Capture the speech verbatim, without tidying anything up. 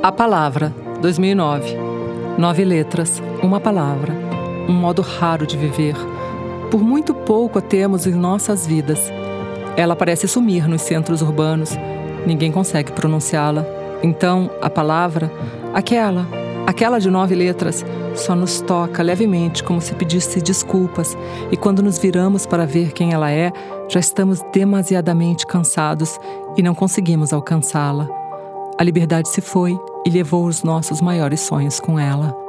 A Palavra, dois mil e nove. Nove letras, uma palavra. Um modo raro de viver. Por muito pouco a temos em nossas vidas. Ela parece sumir nos centros urbanos. Ninguém consegue pronunciá-la. Então, a palavra, aquela, aquela de nove letras, só nos toca levemente como se pedisse desculpas. E quando nos viramos para ver quem ela é, já estamos demasiadamente cansados e não conseguimos alcançá-la. A liberdade se foi e levou os nossos maiores sonhos com ela.